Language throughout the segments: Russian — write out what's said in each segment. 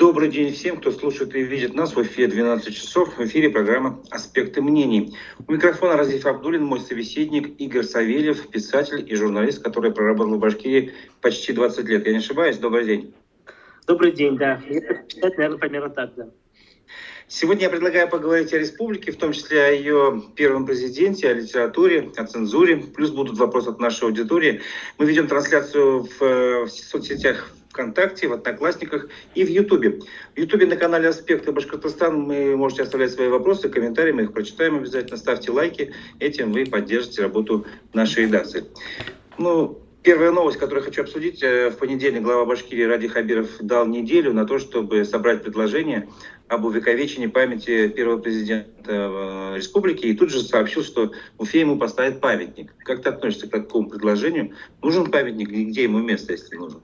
Добрый день всем, кто слушает и видит нас в эфире 12 часов. В эфире программа «Аспекты мнений». У микрофона Разиф Абдуллин, мой собеседник Игорь Савельев, писатель и журналист, который проработал в Башкирии почти 20 лет. Я не ошибаюсь? Добрый день. Добрый день, да. Я читать, наверное, примерно так, да. Сегодня я предлагаю поговорить о республике, в том числе о ее первом президенте, о литературе, о цензуре. Плюс будут вопросы от нашей аудитории. Мы ведем трансляцию в соцсетях ВКонтакте, в Одноклассниках и в Ютубе. В Ютубе на канале «Аспекты Башкортостан» вы можете оставлять свои вопросы, комментарии, мы их прочитаем обязательно. Ставьте лайки, этим вы поддержите работу нашей редакции. Первая новость, которую я хочу обсудить. В понедельник глава Башкирии Ради Хабиров дал неделю на то, чтобы собрать предложение об увековечении памяти первого президента республики. И тут же сообщил, что в Уфе ему поставят памятник. Как ты относишься к такому предложению? Нужен памятник и где ему место, если нужен?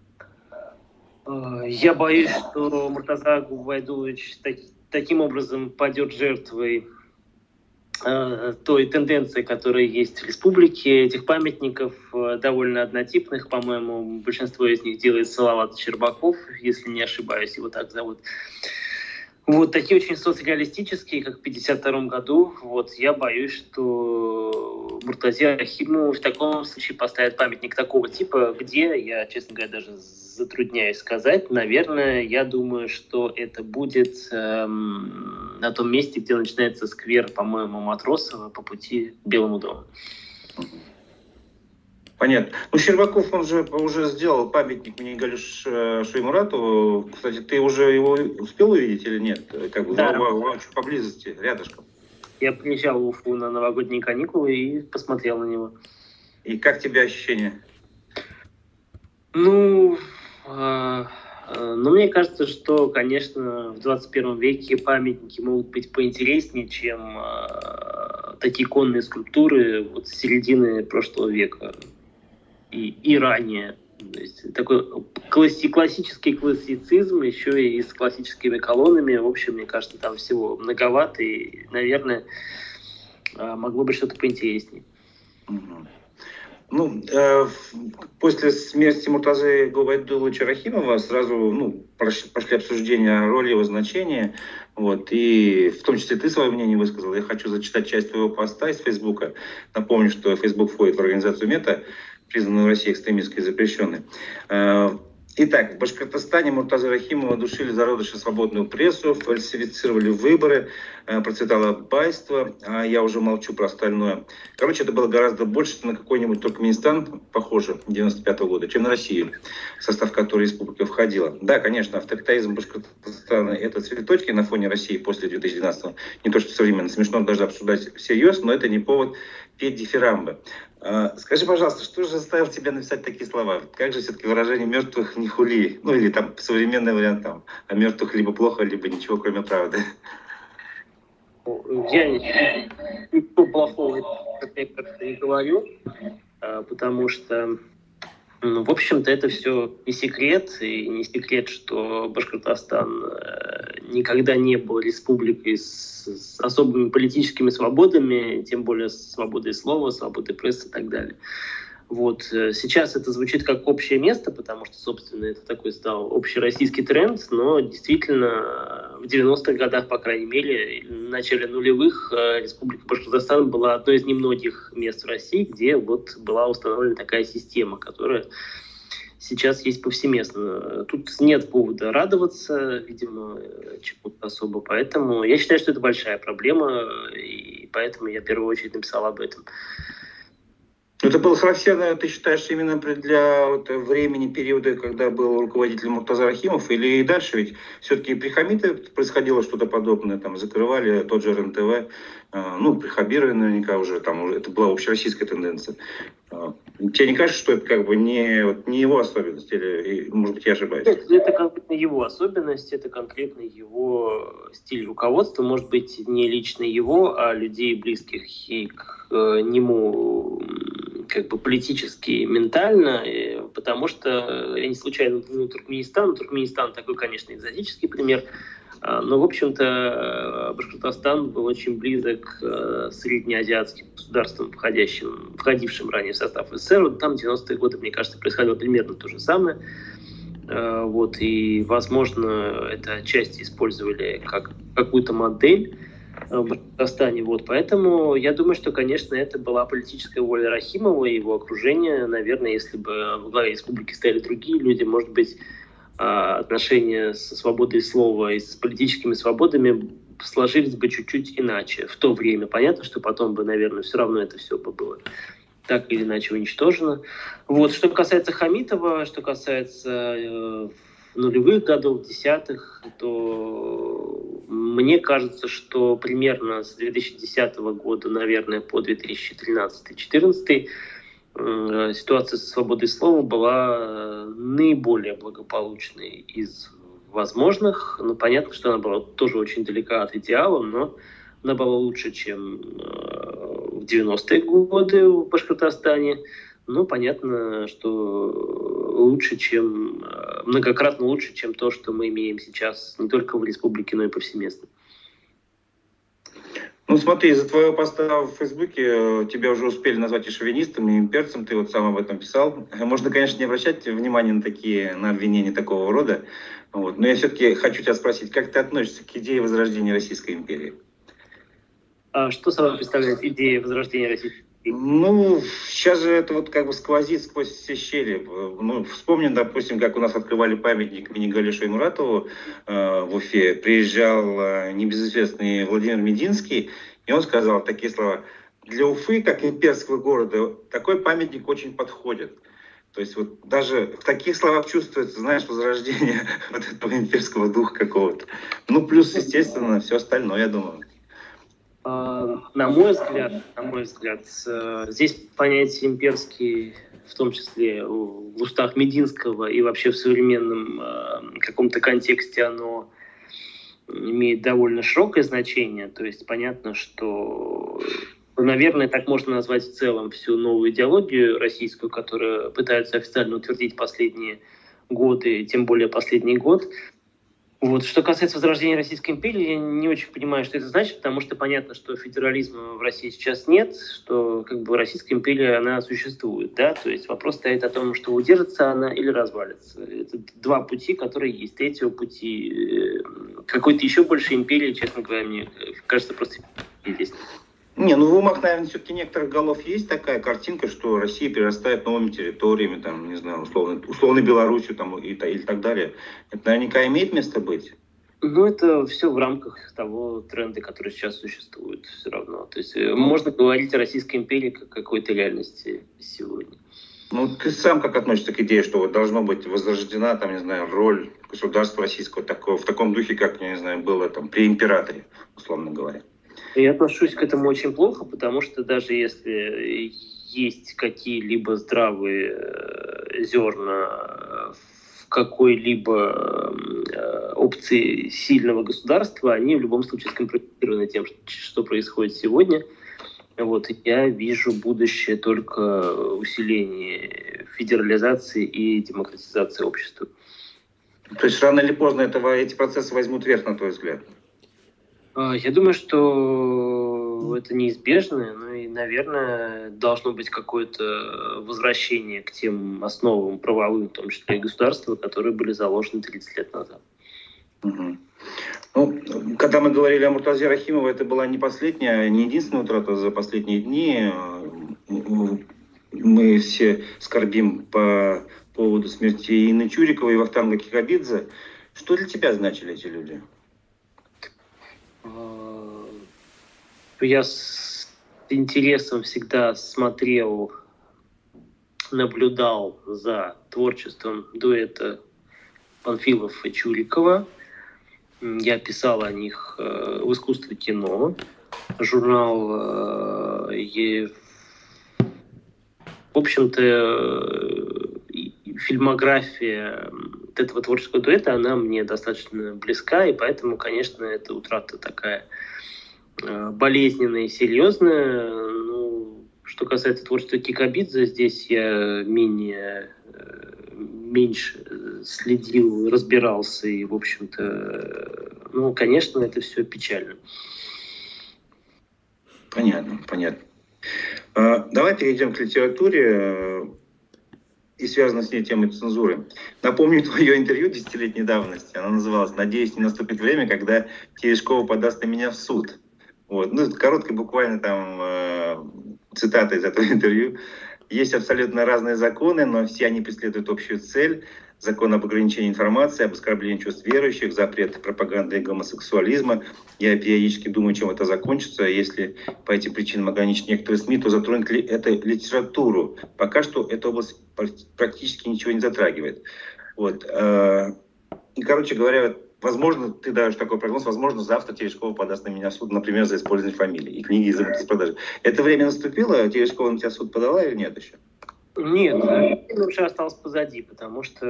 Я боюсь, что Муртаза Губайдулович таким образом пойдет жертвой той тенденции, которая есть в республике. Этих памятников довольно однотипных, по-моему, большинство из них делает Салават Щербаков, если не ошибаюсь, его так зовут. Вот такие очень соцреалистические, как в 1952 году. Вот я боюсь, что Муртазе Рахимову в таком случае поставят памятник такого типа, где, я, честно говоря, даже затрудняюсь сказать. Наверное, я думаю, что это будет на том месте, где начинается сквер, по-моему, Матросова по пути к Белому дому. Понятно. Щербаков, он же уже сделал памятник Минигалю Шоймуратову. Кстати, ты уже его успел увидеть или нет? Да. Поблизости, рядышком. Я приезжал в Уфу на новогодние каникулы и посмотрел на него. И как тебе ощущения? Мне кажется, что, конечно, в 21 веке памятники могут быть поинтереснее, чем такие конные скульптуры вот с середины прошлого века и ранее. То есть такой классический классицизм, еще и с классическими колоннами. В общем, мне кажется, там всего многовато, и, наверное, могло быть что-то поинтереснее. После смерти Муртазы Губайдуловича Рахимова сразу пошли обсуждения о роли его значения. И в том числе ты свое мнение высказал. Я хочу зачитать часть твоего поста из Фейсбука. Напомню, что Фейсбук входит в организацию МЕТА, признанную в России экстремистской и запрещенной. Итак, в Башкортостане Муртазу Рахимова душили зародыши свободную прессу, фальсифицировали выборы, процветало байство, а я уже молчу про остальное. Короче, это было гораздо больше на какой-нибудь Туркменистан, похоже, 95-го года, чем на Россию, в состав которой республика входила. Да, конечно, авторитаризм Башкортостана – это цветочки на фоне России после 2012-го. Не то, что современно, смешно даже обсуждать всерьез, но это не повод петь дифирамбы. Скажи, пожалуйста, что же заставило тебя написать такие слова? Как же все-таки выражение «мертвых не хули»? Или там современный вариант о мертвых либо плохо, либо ничего, кроме правды. Я ничего плохого не говорю, потому что, в общем-то, это все не секрет. И не секрет, что Башкортостан никогда не был республикой с особыми политическими свободами, тем более с свободой слова, свободой прессы и так далее. Сейчас это звучит как общее место, потому что, собственно, это такой стал общероссийский тренд, но действительно в 90-х годах, по крайней мере, в начале нулевых Республика Башкортостан была одной из немногих мест в России, где была установлена такая система, которая сейчас есть повсеместно. Тут нет повода радоваться, видимо, чему-то особо, поэтому я считаю, что это большая проблема, и поэтому я в первую очередь написал об этом. Это было характерно, ты считаешь, именно для времени, периода, когда был руководителем Муртаза Рахимов, или и дальше? Ведь все-таки при Хамите происходило что-то подобное, закрывали тот же РНТВ, при Хабирове наверняка уже, это была общероссийская тенденция. Тебе не кажется, что это не его особенность, или, может быть, я ошибаюсь? Нет, это конкретно его особенность, это конкретно его стиль руководства, может быть, не лично его, а людей, близких и к нему политически, ментально, потому что я не случайно упомянул Туркменистан. Туркменистан такой, конечно, экзотический пример, но, в общем-то, Башкортостан был очень близок к среднеазиатским государствам, входившим ранее в состав СССР. Там в 90-е годы, мне кажется, происходило примерно то же самое. Вот, и, возможно, это отчасти использовали как какую-то модель в Башкортостане. Вот, поэтому я думаю, что, конечно, это была политическая воля Рахимова и его окружения. Наверное, если бы в главе республики стояли другие люди, может быть, отношения со свободой слова и с политическими свободами сложились бы чуть-чуть иначе в то время. Понятно, что потом бы, наверное, все равно это все бы было так или иначе уничтожено. Вот. Что касается Хамитова, что касается нулевых годов, десятых, то мне кажется, что примерно с 2010 года, наверное, по 2013-2014 ситуация со свободой слова была наиболее благополучной из возможных. Ну, понятно, что она была тоже очень далека от идеала, но она была лучше, чем в 90-е годы в Башкортостане. Ну, понятно, что лучше, чем многократно лучше, чем то, что мы имеем сейчас не только в республике, но и повсеместно. Ну, смотри, из-за твоего поста в Фейсбуке тебя уже успели назвать и шовинистом, и имперцем, ты вот сам об этом писал. Можно, конечно, не обращать внимания на обвинения такого рода, вот. Но я все-таки хочу тебя спросить, как ты относишься к идее возрождения Российской империи? А что собой представляет идея возрождения Российской империи? Ну, сейчас же это вот как бы сквозит сквозь все щели. Ну, вспомним, допустим, как у нас открывали памятник Минигале Шаймуратову в Уфе. Приезжал небезызвестный Владимир Мединский, и он сказал такие слова: для Уфы, как имперского города, такой памятник очень подходит. То есть вот даже в таких словах чувствуется, знаешь, возрождение вот этого имперского духа какого-то. Ну, плюс, естественно, все остальное, я думаю. На мой взгляд, здесь понятие имперский, в том числе в устах Мединского и вообще в современном каком-то контексте, оно имеет довольно широкое значение. То есть понятно, что, наверное, так можно назвать в целом всю новую идеологию российскую, которую пытаются официально утвердить последние годы, тем более последний год. Вот. Что касается возрождения Российской империи, я не очень понимаю, что это значит, потому что понятно, что федерализма в России сейчас нет, что как бы Российская империя, она существует, да, то есть вопрос стоит о том, что удержится она или развалится. Это два пути, которые есть. Третьего пути, какой-то еще больше империи, честно говоря, мне кажется, просто есть. Не, ну в умах, наверное, все-таки некоторых голов есть такая картинка, что Россия перерастает новыми территориями, там, не знаю, условно Белоруссию там, или так далее. Это наверняка имеет место быть? Ну, это все в рамках того тренда, который сейчас существует все равно. То есть можно говорить о Российской империи как какой-то реальности сегодня. Ну, ты сам как относишься к идее, что вот должно быть возрождена, там, не знаю, роль государства российского такого, в таком духе, как, я не знаю, было там при императоре, условно говоря? Я отношусь к этому очень плохо, потому что даже если есть какие-либо здравые зерна в какой-либо опции сильного государства, они в любом случае скомпрометированы тем, что происходит сегодня. Вот, я вижу будущее только усиление федерализации и демократизации общества. То есть рано или поздно эти процессы возьмут верх, на твой взгляд? Я думаю, что это неизбежно, ну и, наверное, должно быть какое-то возвращение к тем основам правовым, в том числе и государства, которые были заложены 30 лет назад. Угу. Ну, когда мы говорили о Муртазе Рахимовой, это была не последняя, не единственная утрата за последние дни. Мы все скорбим по поводу смерти Инны Чуриковой и Вахтанга Кикабидзе. Что для тебя значили эти люди? Я с интересом всегда смотрел, наблюдал за творчеством дуэта Панфилов и Чурикова. Я писал о них в «Искусстве кино». Журнал, в общем-то, фильмография этого творческого дуэта, она мне достаточно близка, и поэтому, конечно, эта утрата такая болезненная и серьезная. Ну, что касается творчества Кикабидзе, здесь я меньше следил, разбирался, и, в общем-то, ну, конечно, это все печально. Понятно. Давай перейдем к литературе. и связанной с ней темой цензуры. Напомню твое интервью 10-летней давности. Оно называлось «Надеюсь, не наступит время, когда Терешкова подаст на меня в суд». Вот. Ну, это короткая буквально там цитата из этого интервью. Есть абсолютно разные законы, но все они преследуют общую цель. Закон об ограничении информации, об оскорблении чувств верующих, запрет пропаганды гомосексуализма. Я периодически думаю, чем это закончится. Если по этим причинам ограничить некоторые СМИ, то затронет ли это литературу? Пока что эта область практически ничего не затрагивает. Вот. И, короче говоря, возможно, ты даешь такой прогноз, возможно, завтра Терешкова подаст на меня в суд, например, за использование фамилии и книги изымут из продажи. Это время наступило? Терешкова на тебя в суд подала или нет еще? Нет, это уже осталось позади, потому что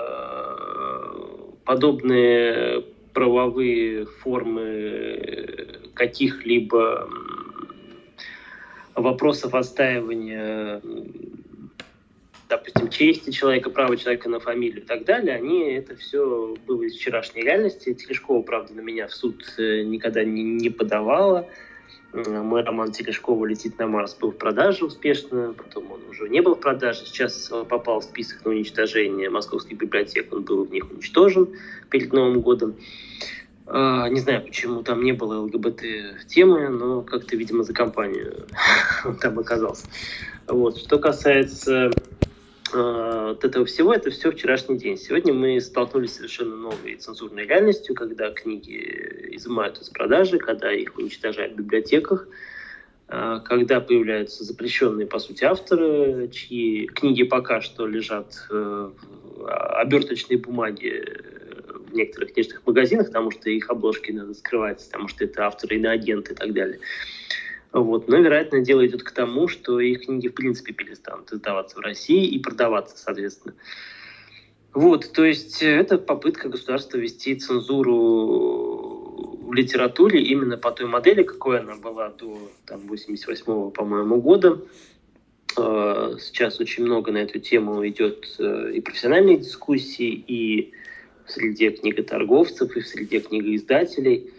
подобные правовые формы каких-либо вопросов отстаивания, допустим, чести человека, права человека на фамилию и так далее, это все было из вчерашней реальности. Терешкова, правда, на меня в суд никогда не подавала. Мой роман Терешкова «Летит на Марс» был в продаже успешно, потом он уже не был в продаже, сейчас попал в список на уничтожение московских библиотек, он был в них уничтожен перед Новым годом. Не знаю, почему там не было ЛГБТ-темы, но как-то, видимо, за компанию он там оказался. Вот. Что касается от этого всего, это все вчерашний день. Сегодня мы столкнулись с совершенно новой цензурной реальностью, когда книги изымают из продажи, когда их уничтожают в библиотеках, когда появляются запрещенные, по сути, авторы, чьи книги пока что лежат в оберточной бумаге в некоторых книжных магазинах, потому что их обложки надо скрывать, потому что это авторы, иноагенты и так далее. Вот. Но, вероятно, дело идет к тому, что их книги, в принципе, перестанут издаваться в России и продаваться, соответственно. Вот, то есть это попытка государства ввести цензуру в литературе именно по той модели, какой она была до 88-го, по-моему, года. Сейчас очень много на эту тему идет и профессиональные дискуссии, и в среде книготорговцев, и в среде книгоиздателей.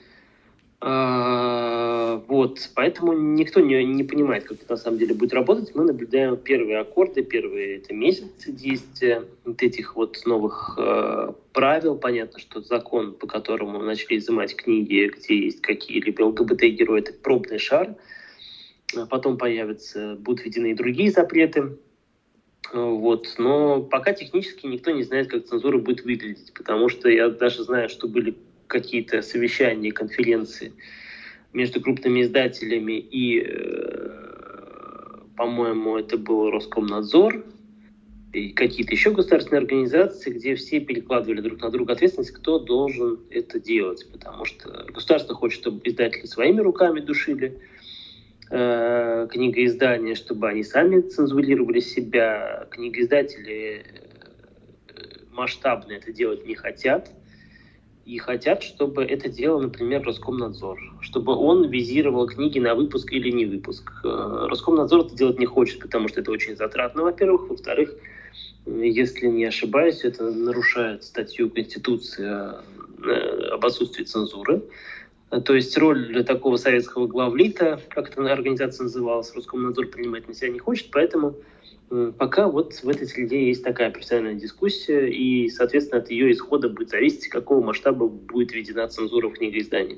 Вот, поэтому никто не понимает, как это на самом деле будет работать. Мы наблюдаем первые аккорды, первые месяцы действия этих новых правил. Понятно, что закон, по которому начали изымать книги, где есть какие-либо ЛГБТ-герои, это пробный шар. Потом будут введены и другие запреты. Вот. Но пока технически никто не знает, как цензура будет выглядеть, потому что я даже знаю, что были какие-то совещания, конференции между крупными издателями и, по-моему, это был Роскомнадзор и какие-то еще государственные организации, где все перекладывали друг на друга ответственность, кто должен это делать, потому что государство хочет, чтобы издатели своими руками душили книгоиздания, чтобы они сами цензурировали себя. Книгоиздатели масштабно это делать не хотят. И хотят, чтобы это делал, например, Роскомнадзор, чтобы он визировал книги на выпуск или не выпуск. Роскомнадзор это делать не хочет, потому что это очень затратно, во-первых. Во-вторых, если не ошибаюсь, это нарушает статью Конституции об отсутствии цензуры. То есть роль для такого советского главлита, как эта организация называлась, Роскомнадзор принимать на себя не хочет, поэтому пока в этой среде есть такая профессиональная дискуссия, и, соответственно, от ее исхода будет зависеть, какого масштаба будет введена цензура в книгоиздании.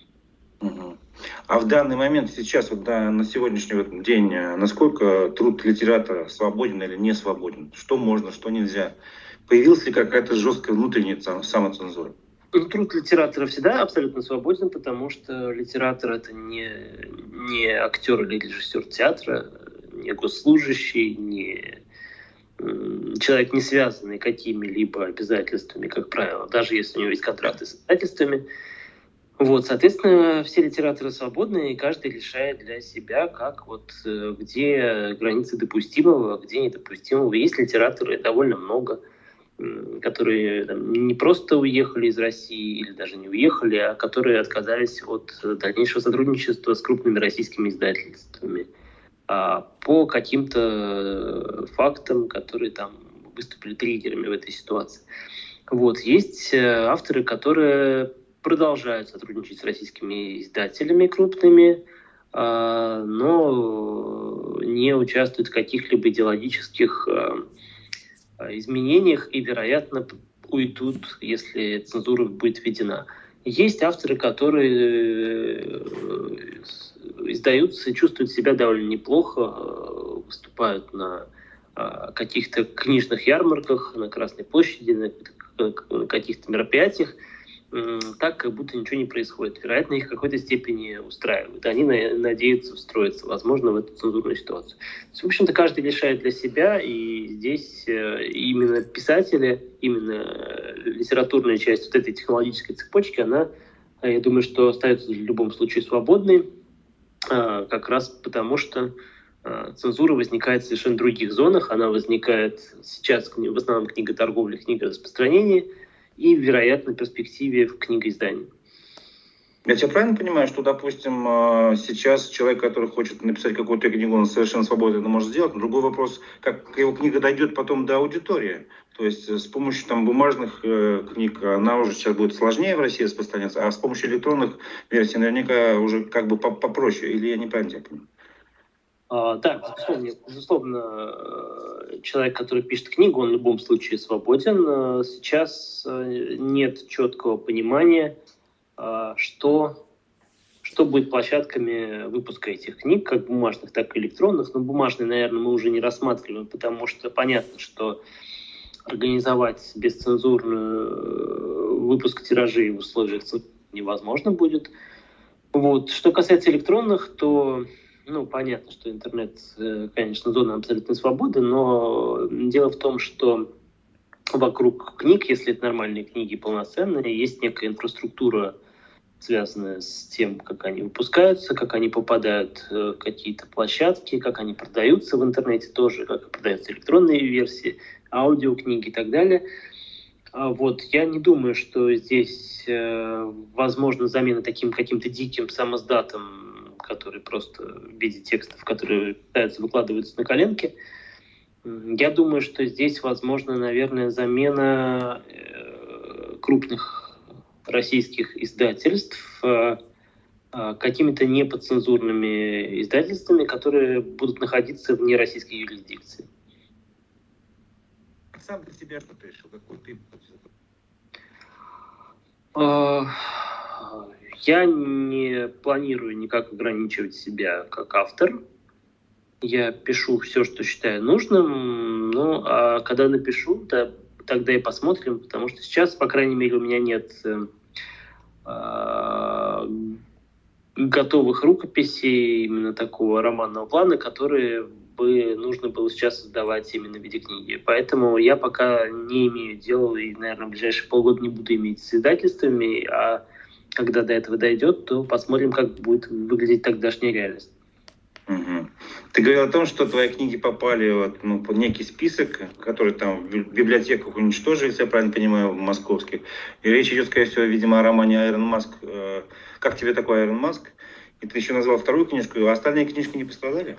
А в данный момент, сейчас, на сегодняшний день, насколько труд литератора свободен или не свободен? Что можно, что нельзя? Появилась ли какая-то жесткая внутренняя самоцензура? Труд литератора всегда абсолютно свободен, потому что литератор — это не актер или режиссер театра, не госслужащий, не человек, не связанный какими-либо обязательствами, как правило, даже если у него есть контракты с издательствами. Вот, соответственно, все литераторы свободны, и каждый решает для себя, где границы допустимого, где недопустимого. Есть литераторы довольно много, которые не просто уехали из России или даже не уехали, а которые отказались от дальнейшего сотрудничества с крупными российскими издательствами по каким-то фактам, которые выступили триггерами в этой ситуации. Вот. Есть авторы, которые продолжают сотрудничать с российскими издателями крупными, но не участвуют в каких-либо идеологических изменениях и, вероятно, уйдут, если цензура будет введена. Есть авторы, которые издаются и чувствуют себя довольно неплохо, выступают на каких-то книжных ярмарках, на Красной площади, на каких-то мероприятиях, так, как будто ничего не происходит. Вероятно, их в какой-то степени устраивают. Они надеются встроиться, возможно, в эту цензурную ситуацию. То есть, в общем-то, каждый решает для себя, и здесь именно писатели, именно литературная часть вот этой технологической цепочки, она, я думаю, что остается в любом случае свободной, как раз потому, что цензура возникает в совершенно других зонах. Она возникает сейчас в основном в книготорговле, книгораспространении и, вероятно, в перспективе в книгоиздании. Я тебя правильно понимаю, что, допустим, сейчас человек, который хочет написать какую-то книгу, он совершенно свободно это может сделать. Но другой вопрос, как его книга дойдет потом до аудитории. То есть с помощью бумажных книг она уже сейчас будет сложнее в России распространяться, а с помощью электронных версий наверняка уже как бы попроще. Или я неправильно тебя понимаю? Да, безусловно, человек, который пишет книгу, он в любом случае свободен. Сейчас нет четкого понимания, что будет площадками выпуска этих книг, как бумажных, так и электронных. Но бумажные, наверное, мы уже не рассматриваем, потому что понятно, что организовать бесцензурный выпуск тиражей в условиях цензуры невозможно будет. Вот. Что касается электронных, то понятно, что интернет, конечно, зона абсолютной свободы, но дело в том, что вокруг книг, если это нормальные книги, полноценные, есть некая инфраструктура, связанная с тем, как они выпускаются, как они попадают в какие-то площадки, как они продаются в интернете тоже, как продаются электронные версии, аудиокниги и так далее. Вот. Я не думаю, что здесь возможна замена таким каким-то диким самоздатом, который просто в виде текстов, которые пытаются выкладываться на коленке. Я думаю, что здесь возможна, наверное, замена крупных российских издательств какими-то неподцензурными издательствами, которые будут находиться вне российской юрисдикции. Сам для себя что ты решил? Какой ты? Я не планирую никак ограничивать себя как автор. Я пишу все, что считаю нужным. А когда напишу, тогда и посмотрим, потому что сейчас, по крайней мере, у меня нет готовых рукописей именно такого романного плана, которые бы нужно было сейчас создавать именно в виде книги. Поэтому я пока не имею дела и, наверное, в ближайшие полгода не буду иметь с издательствами, а когда до этого дойдет, то посмотрим, как будет выглядеть тогдашняя реальность. Угу. Ты говорил о том, что твои книги попали под некий список, который там в библиотеках уничтожили, если я правильно понимаю, в московских. И речь идет, скорее всего, видимо, о романе «Айрон Маск». Как тебе такой «Айрон Маск»? И ты еще назвал вторую книжку, а остальные книжки не пострадали?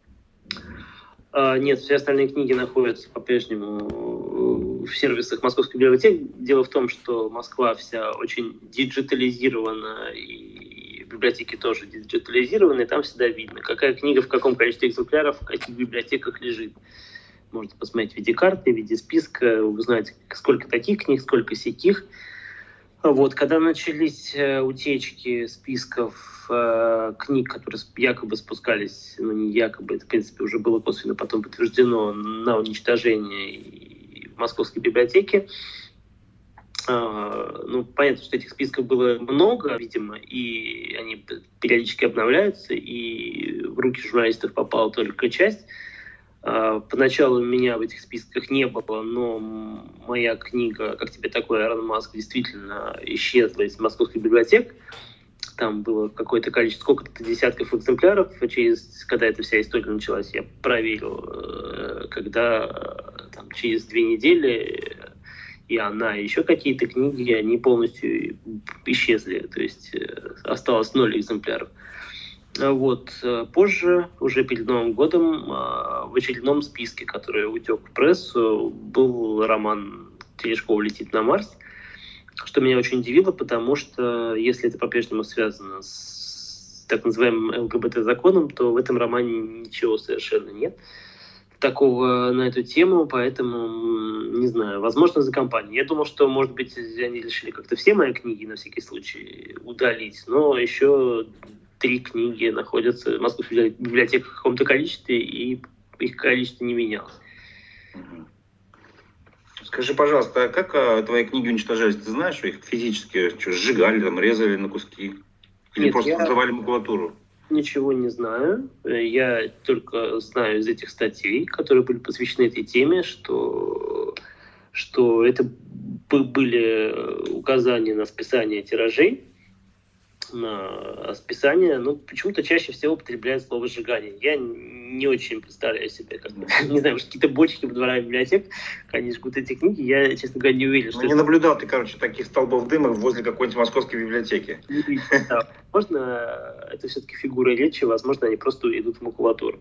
Нет, все остальные книги находятся по-прежнему в сервисах московской библиотеки. Дело в том, что Москва вся очень диджитализирована, и библиотеки тоже диджитализированы, и там всегда видно, какая книга в каком количестве экземпляров в каких библиотеках лежит. Можно посмотреть в виде карты, в виде списка, узнать, сколько таких книг, сколько сяких. Вот, когда начались утечки списков книг, которые якобы спускались, не якобы, это, в принципе, уже было косвенно потом подтверждено, на уничтожение в московской библиотеке. Понятно, что этих списков было много, видимо, и они периодически обновляются, и в руки журналистов попала только часть. Поначалу меня в этих списках не было, но моя книга «Как тебе такой, Айрон Маск» действительно исчезла из московских библиотек. Там было какое-то количество, сколько-то десятков экземпляров. Когда эта вся история началась, я проверил, когда через 2 недели и она, и еще какие-то книги, они полностью исчезли. То есть осталось 0 экземпляров. Вот. Позже, уже перед Новым годом, в очередном списке, который утек в прессу, был роман Терешкова «Летит на Марс», что меня очень удивило, потому что если это по-прежнему связано с так называемым ЛГБТ-законом, то в этом романе ничего совершенно нет такого на эту тему, поэтому Не знаю, возможно, за компанию. Я думал, что, может быть, они решили как-то все мои книги на всякий случай удалить, но еще 3 книги находятся в московской библиотеке в каком-то количестве, и их количество не менялось. Скажи, пожалуйста, а как твои книги уничтожались? Ты знаешь, что их физически что, сжигали, там, резали на куски? Или Нет, просто разрывали макулатуру? Ничего не знаю. Я только знаю из этих статей, которые были посвящены этой теме, что это были указания на списание тиражей, на списание, но почему-то чаще всего употребляют слово «сжигание». Я не очень представляю себе, как, не знаю, может, какие-то бочки во дворах библиотек, они жгут эти книги, я, честно говоря, не уверен, что... Не наблюдал ты, короче, таких столбов дыма возле какой-нибудь московской библиотеки. Да. Возможно, это все-таки фигура речи, возможно, они просто идут в макулатуру.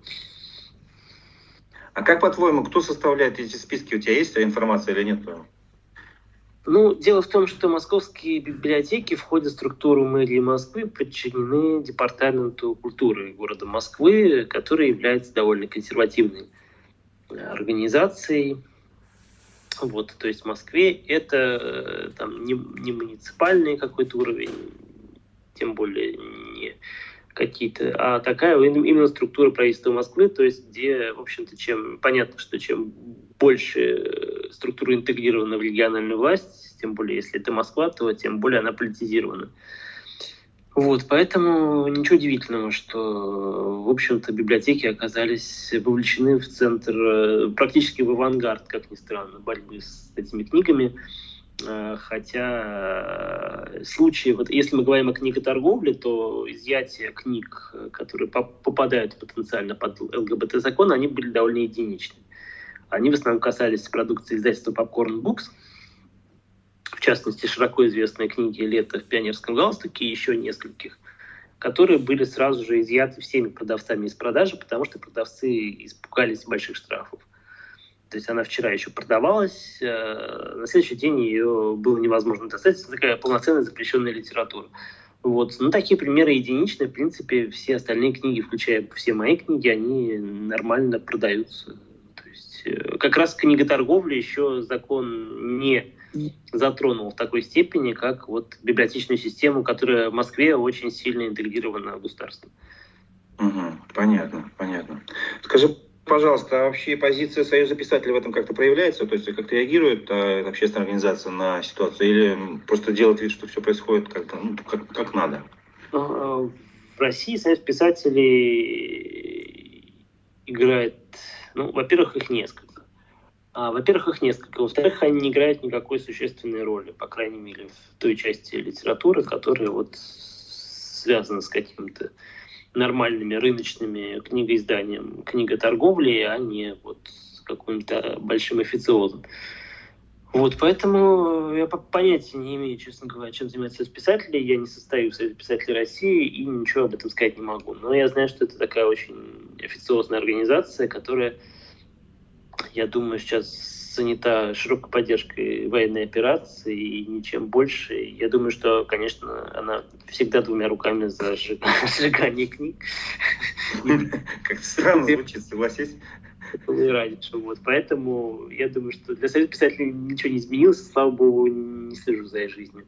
А как, по-твоему, кто составляет эти списки? У тебя есть информация или нет? Ну, дело в том, что московские библиотеки в ходе структуры мэрии Москвы подчинены Департаменту культуры города Москвы, который является довольно консервативной организацией. Вот, то есть в Москве это там, не муниципальный какой-то уровень, тем более не какие-то, а такая именно структура правительства Москвы, то есть где, в общем-то, понятно, что чем больше структура интегрирована в региональную власть, тем более, если это Москва, то тем более она политизирована. Вот, поэтому ничего удивительного, что, в общем-то, библиотеки оказались вовлечены в центр, практически в авангард, как ни странно, борьбы с этими книгами. Хотя случаи, вот если мы говорим о книготорговле, то изъятие книг, которые попадают потенциально под ЛГБТ-закон, они были довольно единичны. Они в основном касались продукции издательства Popcorn Books, в частности, широко известные книги «Лето в пионерском галстуке» и еще нескольких, которые были сразу же изъяты всеми продавцами из продажи, потому что продавцы испугались больших штрафов. То есть она вчера еще продавалась, на следующий день ее было невозможно достать. Это такая полноценная запрещенная литература. Вот. Но такие примеры единичные. В принципе, все остальные книги, включая все мои книги, они нормально продаются. То есть как раз книготорговля еще закон не затронул в такой степени, как вот библиотечную систему, которая в Москве очень сильно интегрирована в государство. Понятно. Скажи, пожалуйста, а вообще позиция Союза писателей в этом как-то проявляется? То есть как-то реагирует общественная организация на ситуацию или просто делает вид, что все происходит как надо? В России Союз писателей играет... Ну, во-первых, их несколько. Во-вторых, они не играют никакой существенной роли, по крайней мере, в той части литературы, которая вот связана с какими-то нормальными рыночными книгоизданием, книготорговлей, а не вот с каким-то большим официозом. Вот, поэтому я понятия не имею, честно говоря, чем занимается Союз писателей. Я не состою в Союзе писателей России и ничего об этом сказать не могу. Но я знаю, что это такая очень официозная организация, которая, я думаю, сейчас занята широкой поддержкой военной операции и ничем больше. Я думаю, что, конечно, она всегда 2 руками за сжигание книг. Как странно звучит, согласись. И раньше. Вот. Поэтому я думаю, что для Союза писателей ничего не изменилось. Слава богу, не слежу за их жизнью.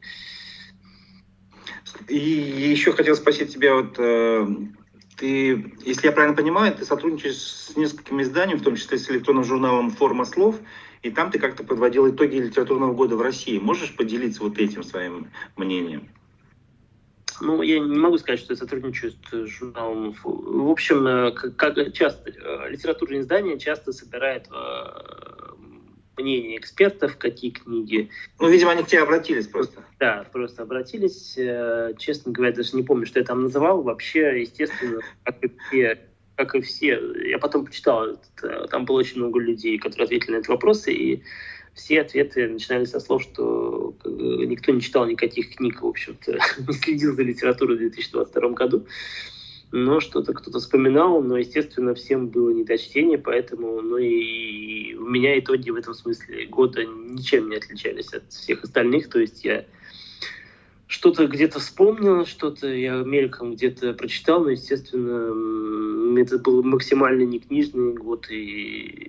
И еще хотел спросить тебя, вот ты, если я правильно понимаю, ты сотрудничаешь с несколькими изданиями, в том числе с электронным журналом «Форма слов», и там ты как-то подводил итоги литературного года в России. Можешь поделиться вот этим своим мнением? Ну, я не могу сказать, что я сотрудничаю с журналом. В общем, как часто литературные издания часто собирают мнение экспертов, какие книги. Ну, видимо, они к тебе обратились просто. Да, просто обратились. Честно говоря, даже не помню, что я там называл. Вообще, естественно, как и все. Я потом почитал, там было очень много людей, которые ответили на эти вопросы, и все ответы начинались со слов, что никто не читал никаких книг, в общем-то, не следил за литературой в 2022 году. Но что-то кто-то вспоминал, но, естественно, всем было не до чтения, поэтому, ну и у меня итоги в этом смысле года ничем не отличались от всех остальных, то есть я что-то где-то вспомнил, что-то я мельком где-то прочитал, но, естественно, это был максимально не книжный год и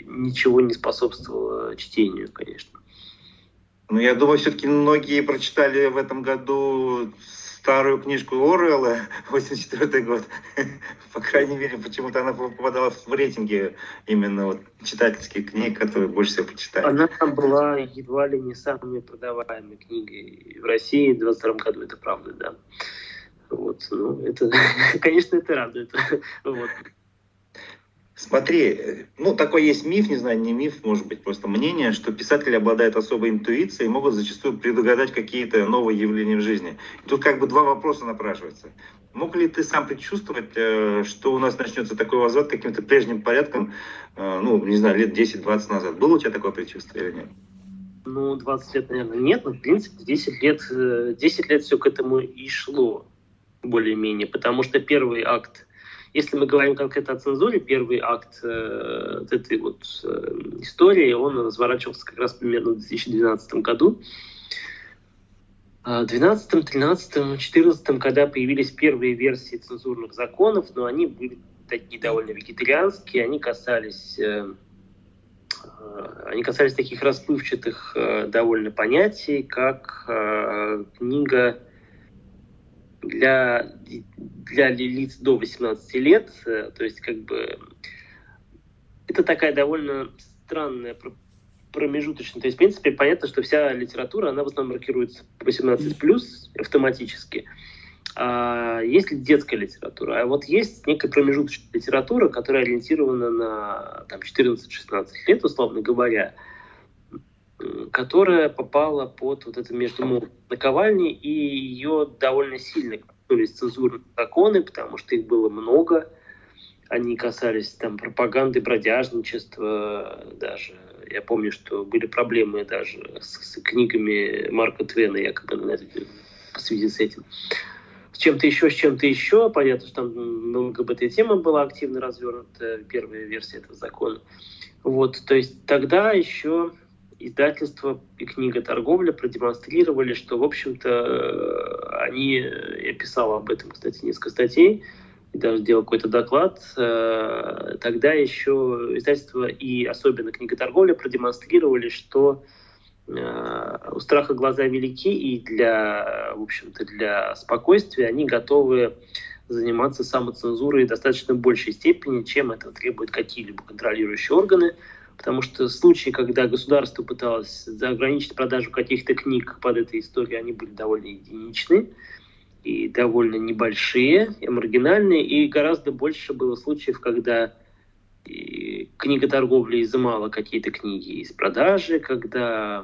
ничего не способствовало чтению, конечно. Ну, я думаю, все-таки многие прочитали в этом году старую книжку Оруэлла, 84 год. По крайней мере, почему-то она попадала в рейтинги именно вот читательских книг, которые больше всего почитали. Она была едва ли не самой продаваемой книгой в России в 22 году, это правда, да. Вот, ну, это, конечно, это радует. Вот. Смотри, ну, такой есть миф, не знаю, не миф, может быть, просто мнение, что писатели обладают особой интуицией и могут зачастую предугадать какие-то новые явления в жизни. И тут как бы два вопроса напрашиваются. Мог ли ты сам предчувствовать, что у нас начнется такой возврат к каким-то прежним порядкам, ну, не знаю, лет 10-20 назад? Было у тебя такое предчувствие или нет? Ну, 20 лет, наверное, нет, но, в принципе, 10 лет все к этому и шло, более-менее, потому что первый акт, если мы говорим конкретно о цензуре, первый акт этой вот истории, он разворачивался как раз примерно в 2012 году. В 2012, 2013, 2014, когда появились первые версии цензурных законов, но они были такие довольно вегетарианские, они касались таких расплывчатых довольно понятий, как книга для лиц до 18 лет, то есть как бы это такая довольно странная промежуточная. То есть, в принципе, понятно, что вся литература, она в основном маркируется 18+, автоматически. А есть детская литература, а вот есть некая промежуточная литература, которая ориентирована на там, 14-16 лет, условно говоря, которая попала под вот это между наковальней, и ее довольно сильно коснулись цензурные законы, потому что их было много. Они касались там пропаганды, бродяжничества даже. Я помню, что были проблемы даже с книгами Марка Твена, якобы в связи с этим. С чем-то еще. Понятно, что там ЛГБТ-тема была активно развернута, первая версия этого закона. Вот, то есть тогда еще издательство и книготорговля продемонстрировали, что, в общем-то, я писал об этом, кстати, несколько статей, и даже делал какой-то доклад, тогда еще издательство и особенно книготорговля продемонстрировали, что у страха глаза велики, и для спокойствия они готовы заниматься самоцензурой в достаточно большей степени, чем это требуют какие-либо контролирующие органы, потому что случаи, когда государство пыталось ограничить продажу каких-то книг под этой историей, они были довольно единичны и довольно небольшие, и маргинальные, и гораздо больше было случаев, когда книготорговля изымала какие-то книги из продажи, когда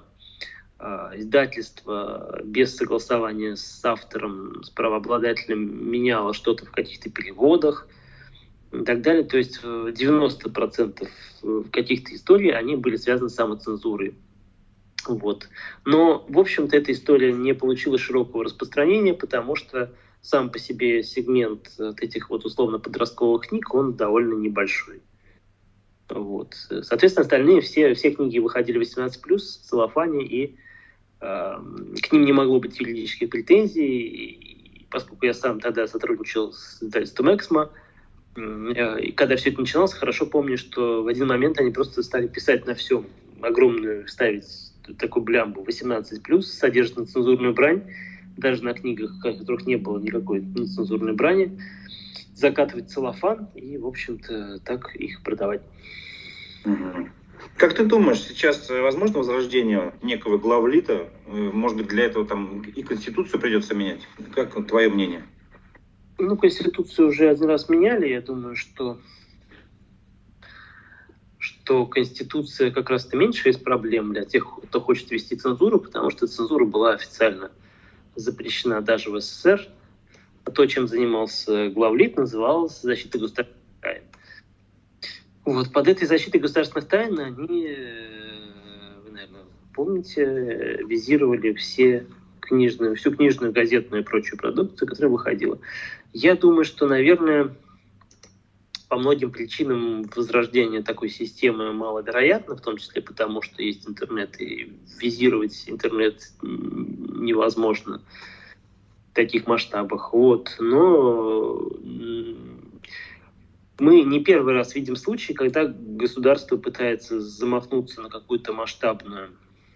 издательство без согласования с автором, с правообладателем меняло что-то в каких-то переводах и так далее. То есть 90% каких-то историй, они были связаны с самоцензурой. Вот. Но, в общем-то, эта история не получила широкого распространения, потому что сам по себе сегмент этих вот условно-подростковых книг, он довольно небольшой. Вот. Соответственно, остальные все книги выходили 18+, в целлофане, и к ним не могло быть юридических претензий. И поскольку я сам тогда сотрудничал с издательством «Эксмо», и когда все это начиналось, хорошо помню, что в один момент они просто стали писать на всем, огромную, ставить такую блямбу 18+, содержит нецензурную брань, даже на книгах, в которых не было никакой нецензурной брани, закатывать целлофан и, в общем-то, так их продавать. Как ты думаешь, сейчас возможно возрождение некого главлита? Может быть, для этого там и Конституцию придется менять? Как твое мнение? Ну, Конституцию уже один раз меняли. Я думаю, что Конституция как раз-то меньше из проблем для тех, кто хочет вести цензуру, потому что цензура была официально запрещена даже в СССР. А то, чем занимался главлит, называлось защитой государственных тайн. Вот, под этой защитой государственных тайн они, вы, наверное, помните, визировали всю книжную, газетную и прочую продукцию, которая выходила. Я думаю, что, наверное, по многим причинам возрождение такой системы маловероятно, в том числе потому, что есть интернет, и визировать интернет невозможно в таких масштабах. Вот. Но мы не первый раз видим случаи, когда государство пытается замахнуться на какую-то масштабную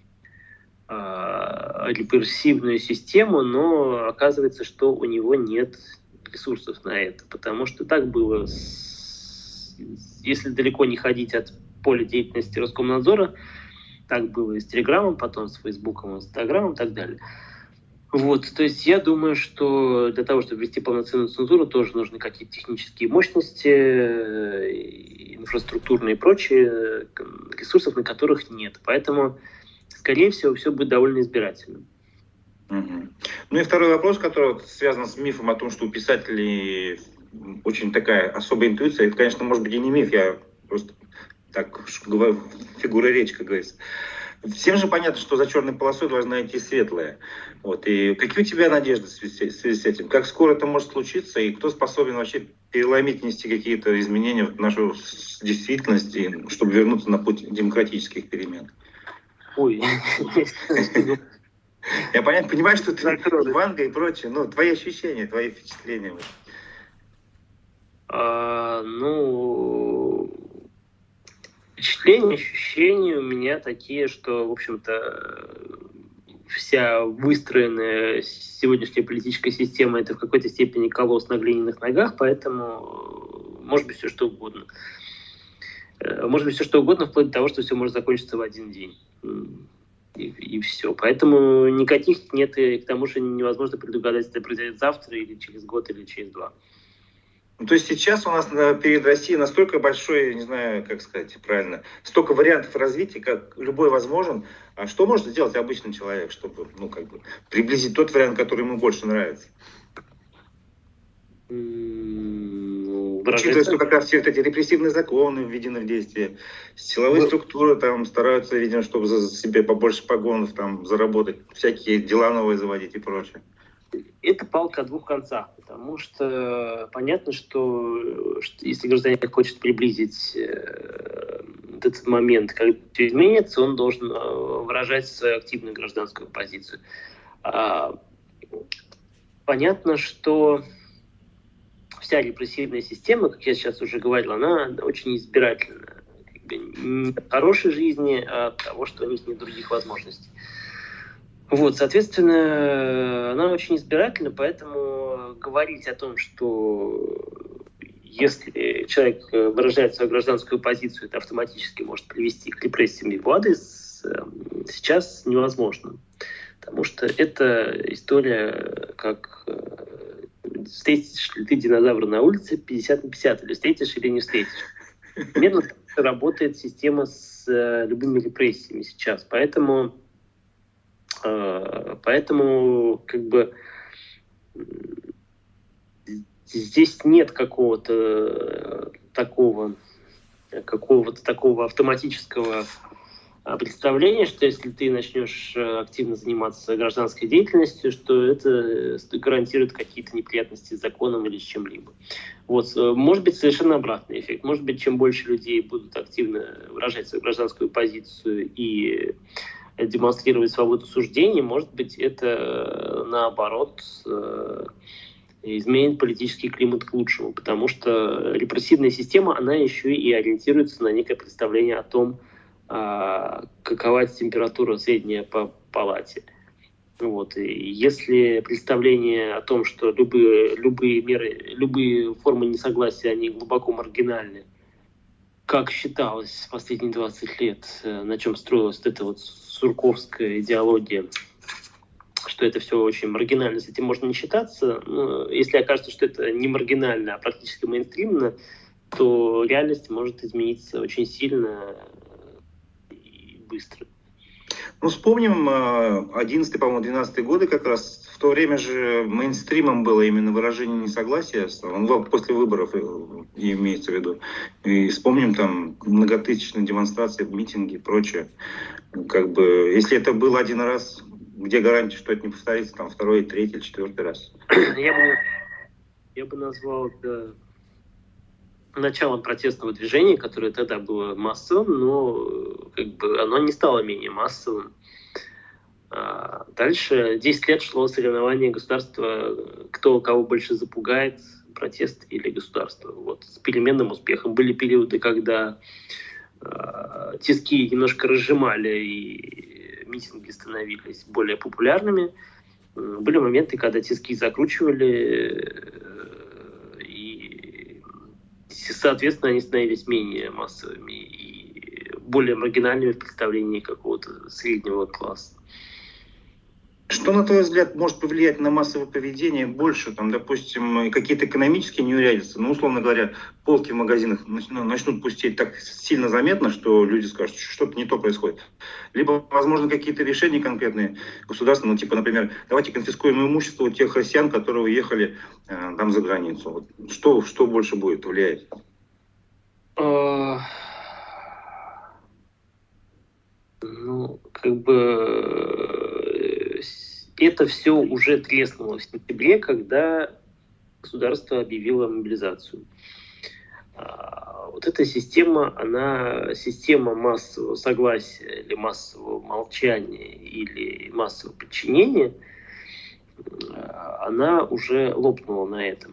репрессивную систему, но оказывается, что у него нет ресурсов на это. Потому что так было, если далеко не ходить от поля деятельности Роскомнадзора, так было и с Телеграмом, потом с Фейсбуком, Инстаграмом и так далее. Вот, то есть я думаю, что для того, чтобы ввести полноценную цензуру, тоже нужны какие-то технические мощности, инфраструктурные и прочие, ресурсов, на которых нет. Поэтому, скорее всего, все будет довольно избирательным. Угу. Ну и второй вопрос, который связан с мифом о том, что у писателей очень такая особая интуиция. Это, конечно, может быть и не миф, я просто так говорю, фигура речи, как говорится. Всем же понятно, что за черной полосой должна идти светлая. Вот. И какие у тебя надежды в связи с этим? Как скоро это может случиться? И кто способен вообще переломить, внести какие-то изменения в нашу действительность, чтобы вернуться на путь демократических перемен? Ой. Я понимаю, что ты Ванга и прочее, но твои ощущения, твои впечатления. Впечатления, ощущения у меня такие, что, в общем-то, вся выстроенная сегодняшняя политическая система — это в какой-то степени колосс на глиняных ногах, поэтому может быть все что угодно. Может быть все что угодно, вплоть до того, что все может закончиться в один день. И все. Поэтому никаких нет, и к тому же невозможно предугадать, это произойдет завтра или через год, или через 2. Ну, то есть сейчас у нас перед Россией настолько большой, не знаю, как сказать правильно, столько вариантов развития, как любой возможен. А что может сделать обычный человек, чтобы, приблизить тот вариант, который ему больше нравится? Учитывая, что как раз все эти репрессивные законы введены в действие, силовые структуры там стараются, видимо, чтобы за себе побольше погонов там заработать, всякие дела новые заводить и прочее. Это палка о двух концах, потому что понятно, что если гражданин хочет приблизить этот момент, когда все изменится, он должен выражать свою активную гражданскую позицию. Понятно, что вся репрессивная система, как я сейчас уже говорил, она очень избирательна. Не от хорошей жизни, а от того, что у них нет других возможностей. Вот, соответственно, она очень избирательна, поэтому говорить о том, что если человек выражает свою гражданскую позицию, это автоматически может привести к репрессиям в его адрес, сейчас невозможно. Потому что это история, как встретишь ли ты динозавра на улице 50 на 50, или встретишь, или не встретишь. Примерно так работает система с любыми репрессиями сейчас. Поэтому здесь нет какого-то такого автоматического представление, что если ты начнешь активно заниматься гражданской деятельностью, что это гарантирует какие-то неприятности с законом или с чем-либо. Вот. Может быть совершенно обратный эффект. Может быть, чем больше людей будут активно выражать свою гражданскую позицию и демонстрировать свободу суждений, может быть, это наоборот изменит политический климат к лучшему, потому что репрессивная система, она еще и ориентируется на некое представление о том, какова температура средняя по палате. Вот. И если представление о том, что любые меры, любые формы несогласия, они глубоко маргинальны, как считалось в последние 20 лет, на чем строилась эта вот сурковская идеология, что это все очень маргинально, с этим можно не считаться. Но если окажется, что это не маргинально, а практически мейнстримно, то реальность может измениться очень сильно и быстро. Ну, вспомним 11-й, по-моему, 12-й годы как раз. В то время же мейнстримом было именно выражение несогласия, после выборов имеется в виду. И вспомним там многотысячные демонстрации, митинги и прочее. Если это было один раз, где гарантия, что это не повторится там второй, третий, четвертый раз? Я бы назвал это началом протестного движения, которое тогда было массовым, но оно не стало менее массовым. Дальше 10 лет шло соревнование государства, кто кого больше запугает, протест или государство. Вот, с переменным успехом. Были периоды, когда тиски немножко разжимали, и митинги становились более популярными. Были моменты, когда тиски закручивали, и, соответственно, они становились менее массовыми и более маргинальными в представлении какого-то среднего класса. Что, на твой взгляд, может повлиять на массовое поведение больше? Там, допустим, какие-то экономические неурядицы, ну, условно говоря, полки в магазинах начнут пустеть так сильно заметно, что люди скажут, что что-то не то происходит. Либо, возможно, какие-то решения конкретные государственные, ну, типа, например, давайте конфискуем имущество у тех россиян, которые уехали там за границу. Вот что больше будет влиять? Ну, как бы это все уже треснуло в сентябре, когда государство объявило мобилизацию. Вот эта система, она система массового согласия или массового молчания или массового подчинения, она уже лопнула на этом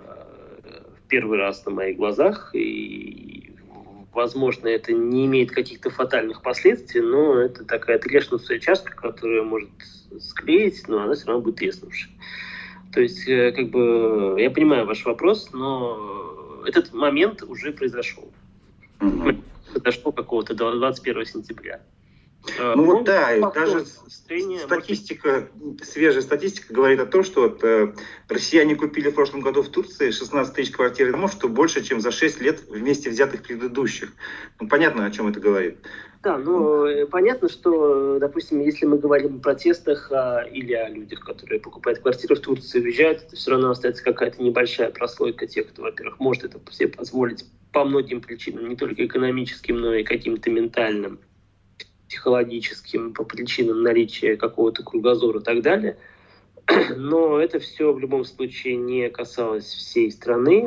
в первый раз на моих глазах, и возможно, это не имеет каких-то фатальных последствий, но это такая треснувшая частка, которая может склеить, но она все равно будет треснувшей. То есть, как бы, я понимаю ваш вопрос, но этот момент уже произошел. Произошел какого-то 21 сентября. Ну вот да, даже статистика, свежая статистика говорит о том, что вот, россияне купили в прошлом году в Турции 16 тысяч квартир и домов, что больше, чем за 6 лет вместе взятых предыдущих. Ну, понятно, о чем это говорит. Да, ну понятно, что, допустим, если мы говорим о протестах или о людях, которые покупают квартиру в Турции и уезжают, это все равно остается какая-то небольшая прослойка тех, кто, во-первых, может это себе позволить по многим причинам, не только экономическим, но и каким-то ментальным, психологическим, по причинам наличия какого-то кругозора и так далее. Но это все в любом случае не касалось всей страны,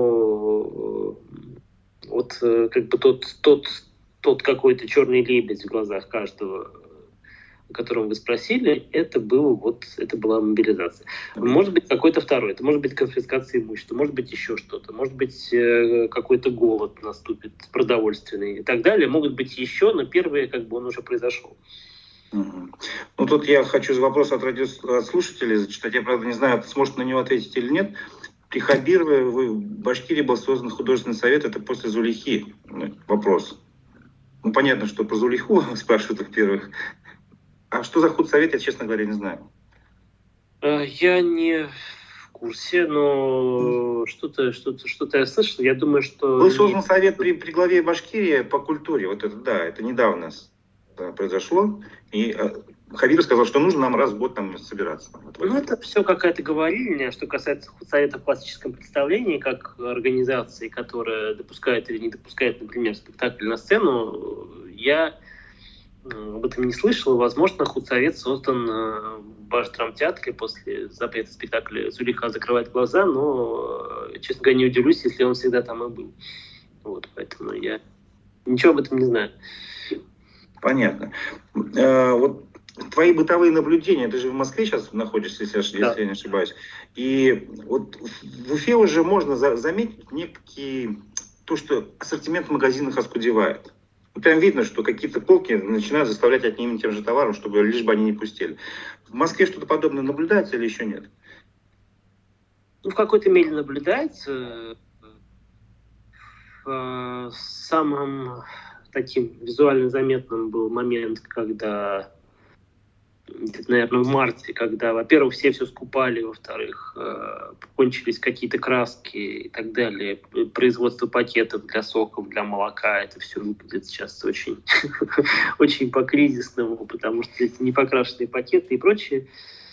но вот как бы тот какой-то черный лебедь в глазах каждого, о котором вы спросили, это была мобилизация. Может быть, какой-то второй. Это может быть конфискация имущества, может быть, еще что-то. Может быть, какой-то голод наступит продовольственный и так далее. Могут быть еще, но первый, как бы, он уже произошел. Ну, тут я хочу вопрос от радиослушателей зачитать. Я, правда, не знаю, сможет на него ответить или нет. При Хабирове в Башкирии был создан художественный совет. Это после Зулихи. Вопрос. Ну, понятно, что про Зулиху спрашивают их первых. А что за худсовет, я, честно говоря, не знаю. Я не в курсе, но что-то я слышал. Я думаю, что... Был создан совет при главе Башкирии по культуре. Вот это, да, это недавно произошло. И Хабиров сказал, что нужно нам раз в год там собираться. Ну, это все какая-то говорильня. Что касается худсовета в классическом представлении, как организации, которая допускает или не допускает, например, спектакль на сцену, я об этом не слышал. Возможно, худсовет создан в Башдрамтеатре после запрета спектакля «Зулиха закрывает глаза», но, честно говоря, не удивлюсь, если он всегда там и был. Вот, поэтому я ничего об этом не знаю. Понятно. Вот твои бытовые наблюдения, ты же в Москве сейчас находишься, если я не ошибаюсь. И вот в Уфе уже можно заметить то, что ассортимент в магазинах оскудевает. Прям видно, что какие-то полки начинают заставлять одним и тем же товаром, чтобы лишь бы они не пустили. В Москве что-то подобное наблюдается или еще нет? Ну, в какой-то мере наблюдается. Самым таким визуально заметным был момент, когда, наверное, в марте, когда, во-первых, все скупали, во-вторых, кончились какие-то краски и так далее, производство пакетов для соков, для молока, это все выглядит сейчас очень, очень по-кризисному, потому что эти непокрашенные пакеты и прочее,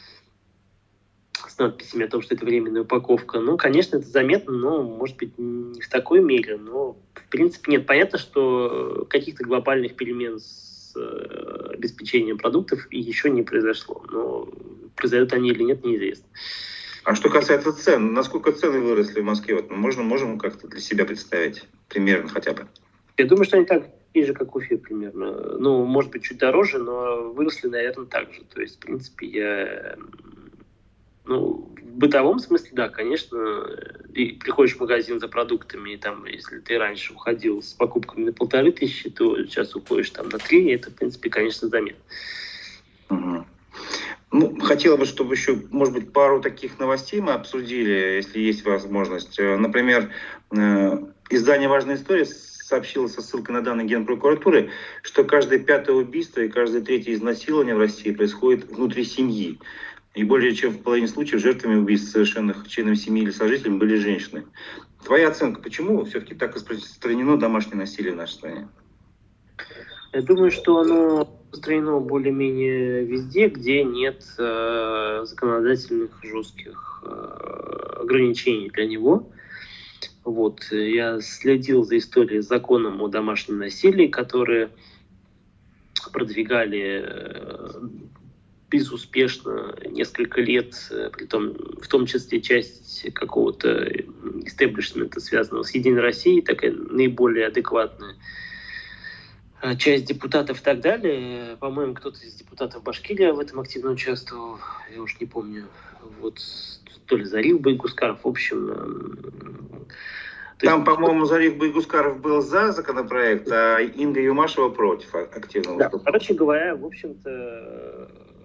с надписями о том, что это временная упаковка. Ну, конечно, это заметно, но, может быть, не в такой мере, но, в принципе, нет. Понятно, что каких-то глобальных перемен с обеспечением продуктов еще не произошло, но произойдут они или нет, неизвестно. А что касается цен, насколько цены выросли в Москве? Вот можем как-то для себя представить, примерно хотя бы? Я думаю, что они такие же, как в Уфе примерно. Ну, может быть, чуть дороже, но выросли, наверное, так же. То есть, в принципе, в бытовом смысле, да, конечно, и приходишь в магазин за продуктами, и там, если ты раньше уходил с покупками на 1500, то сейчас уходишь там на 3, это, в принципе, конечно, заметно. Угу. Ну, хотела бы, чтобы еще, может быть, пару таких новостей мы обсудили, если есть возможность. Например, издание «Важная история» сообщило со ссылкой на данные Генпрокуратуры, что каждое 5-е убийство и каждое 3-е изнасилование в России происходит внутри семьи. И более чем в половине случаев жертвами убийств, совершенных членами семьи или сожителями, были женщины. Твоя оценка, почему все-таки так распространено домашнее насилие в нашей стране? Я думаю, что оно распространено более-менее везде, где нет законодательных жестких ограничений для него. Вот. Я следил за историей с законом о домашнем насилии, которые продвигали безуспешно несколько лет, притом, в том числе часть какого-то истеблишмента, связанного с «Единой Россией», такая наиболее адекватная часть депутатов и так далее. По-моему, кто-то из депутатов Башкирии в этом активно участвовал, я уж не помню. Вот, то ли Зариф Байгускаров, в общем... Там, по-моему, Зариф Байгускаров был за законопроект, а Инга Юмашева против активно выступала. Да, короче говоря, в общем-то,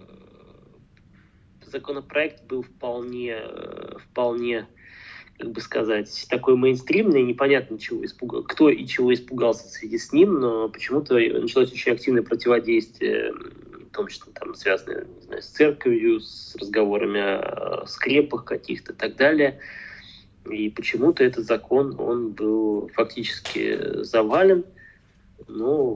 законопроект был вполне, как бы сказать, такой мейнстримный, непонятно, кто и чего испугался в связи с ним, но почему-то началось очень активное противодействие, в том числе там связанное, не знаю, с церковью, с разговорами о скрепах каких-то и так далее. И почему-то этот закон, он был фактически завален. Ну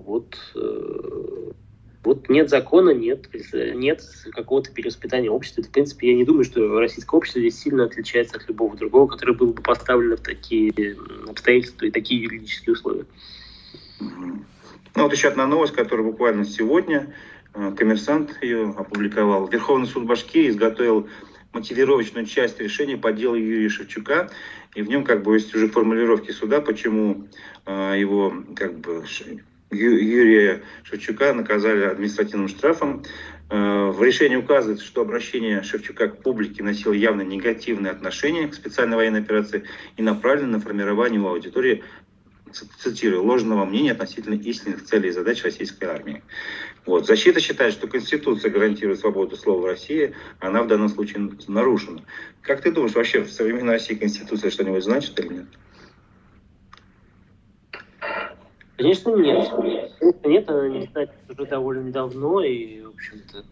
вот нет закона, нет какого-то перевоспитания общества. Это, в принципе, я не думаю, что российское общество здесь сильно отличается от любого другого, которое было бы поставлено в такие обстоятельства и такие юридические условия. Ну вот еще одна новость, которая буквально сегодня, «Коммерсант» ее опубликовал. Верховный суд Башкирии изготовил мотивировочную часть решения по делу Юрия Шевчука, и в нем как бы есть уже формулировки суда, почему его как бы Юрия Шевчука наказали административным штрафом. В решении указывается, что обращение Шевчука к публике носило явно негативное отношение к специальной военной операции и направлено на формирование у аудитории, цитирую, ложного мнения относительно истинных целей и задач российской армии. Вот. Защита считает, что Конституция гарантирует свободу слова в России, она в данном случае нарушена. Как ты думаешь, вообще в современной России Конституция что-нибудь значит или нет? Конечно, нет. Нет, она не значит уже довольно давно, и, в общем-то,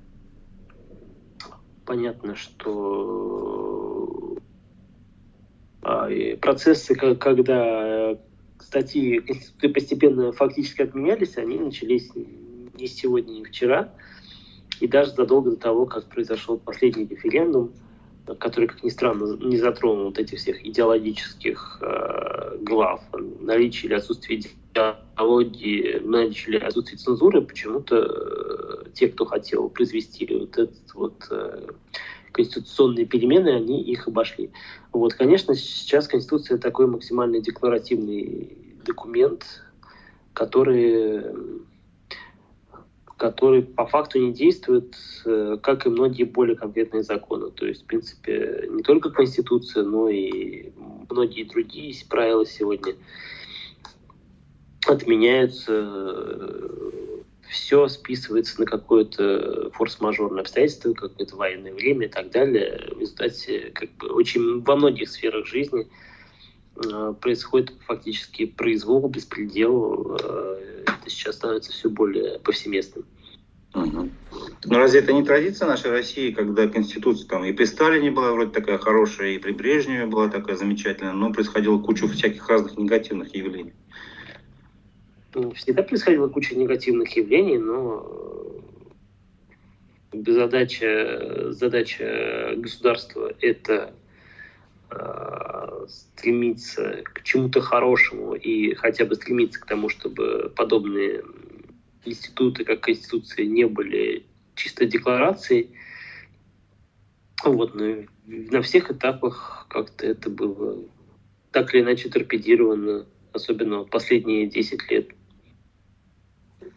понятно, что процессы, когда статьи Конституции постепенно фактически отменялись, они начались не сегодня, не вчера, и даже задолго до того, как произошел последний референдум, который, как ни странно, не затронул вот этих всех идеологических глав, наличие или отсутствие идеологии, наличие или отсутствие цензуры, почему-то те, кто хотел произвести вот этот вот конституционные перемены, они их обошли. Вот, конечно, сейчас Конституция такой максимально декларативный документ, который по факту не действует, как и многие более конкретные законы. То есть, в принципе, не только Конституция, но и многие другие правила сегодня отменяются, все списывается на какое-то форс-мажорное обстоятельство, какое-то военное время и так далее. В результате как бы, очень во многих сферах жизни происходит фактически произвол, беспредел. Это сейчас становится все более повсеместным. Угу. Но разве это не традиция нашей России, когда Конституция там и при Сталине была вроде такая хорошая, и при Брежневе была такая замечательная, но происходила куча всяких разных негативных явлений? Всегда происходила куча негативных явлений, но задача государства – это стремиться к чему-то хорошему и хотя бы стремиться к тому, чтобы подобные институты, как Конституция, не были чисто декларацией. Вот, но на всех этапах как-то это было так или иначе торпедировано, особенно в последние 10 лет.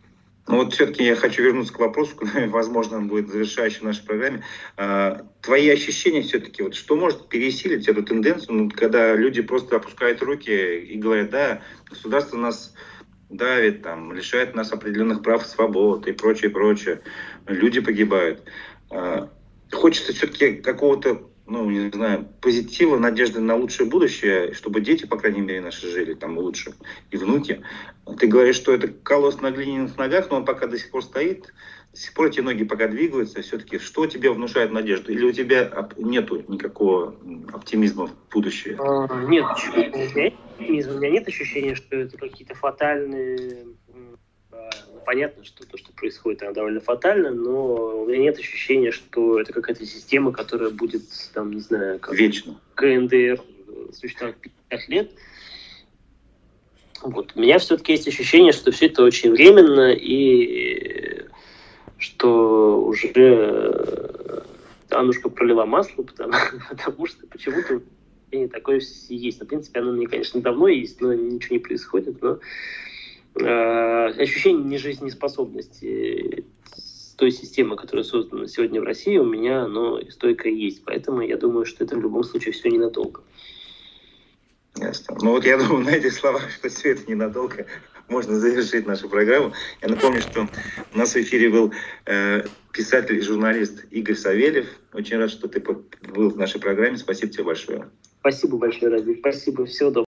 Ну вот все-таки я хочу вернуться к вопросу, возможно, он будет завершающим в нашей программе. Твои ощущения все-таки, вот что может пересилить эту тенденцию, ну, когда люди просто опускают руки и говорят, да, государство нас давит, там, лишает нас определенных прав и свобод и прочее, прочее. Люди погибают. Хочется все-таки какого-то, ну, не знаю, позитива, надежды на лучшее будущее, чтобы дети, по крайней мере, наши жили там лучше, и внуки. Ты говоришь, что это колосс на глиняных ногах, но он пока до сих пор стоит, до сих пор эти ноги пока двигаются. Все-таки что тебе внушает надежду? Или у тебя нету никакого оптимизма в будущее? Нет, у меня нет ощущения, что это какие-то фатальные... Понятно, что то, что происходит, оно довольно фатально, но у меня нет ощущения, что это какая-то система, которая будет, там, не знаю, как вечно. КНДР существовать 50 лет. Вот. У меня все-таки есть ощущение, что все это очень временно, и что уже Аннушка пролила масло, потому что почему-то такое есть. В принципе, оно мне, конечно, давно есть, но ничего не происходит, но ощущение нежизнеспособности той системы, которая создана сегодня в России, у меня оно стойко есть. Поэтому я думаю, что это в любом случае все ненадолго. Ясно. Ну вот я думаю, на этих словах, что все это ненадолго, можно завершить нашу программу. Я напомню, что у нас в эфире был писатель и журналист Игорь Савельев. Очень рад, что ты был в нашей программе. Спасибо тебе большое. Спасибо большое, Радик. Спасибо. Всего доброго.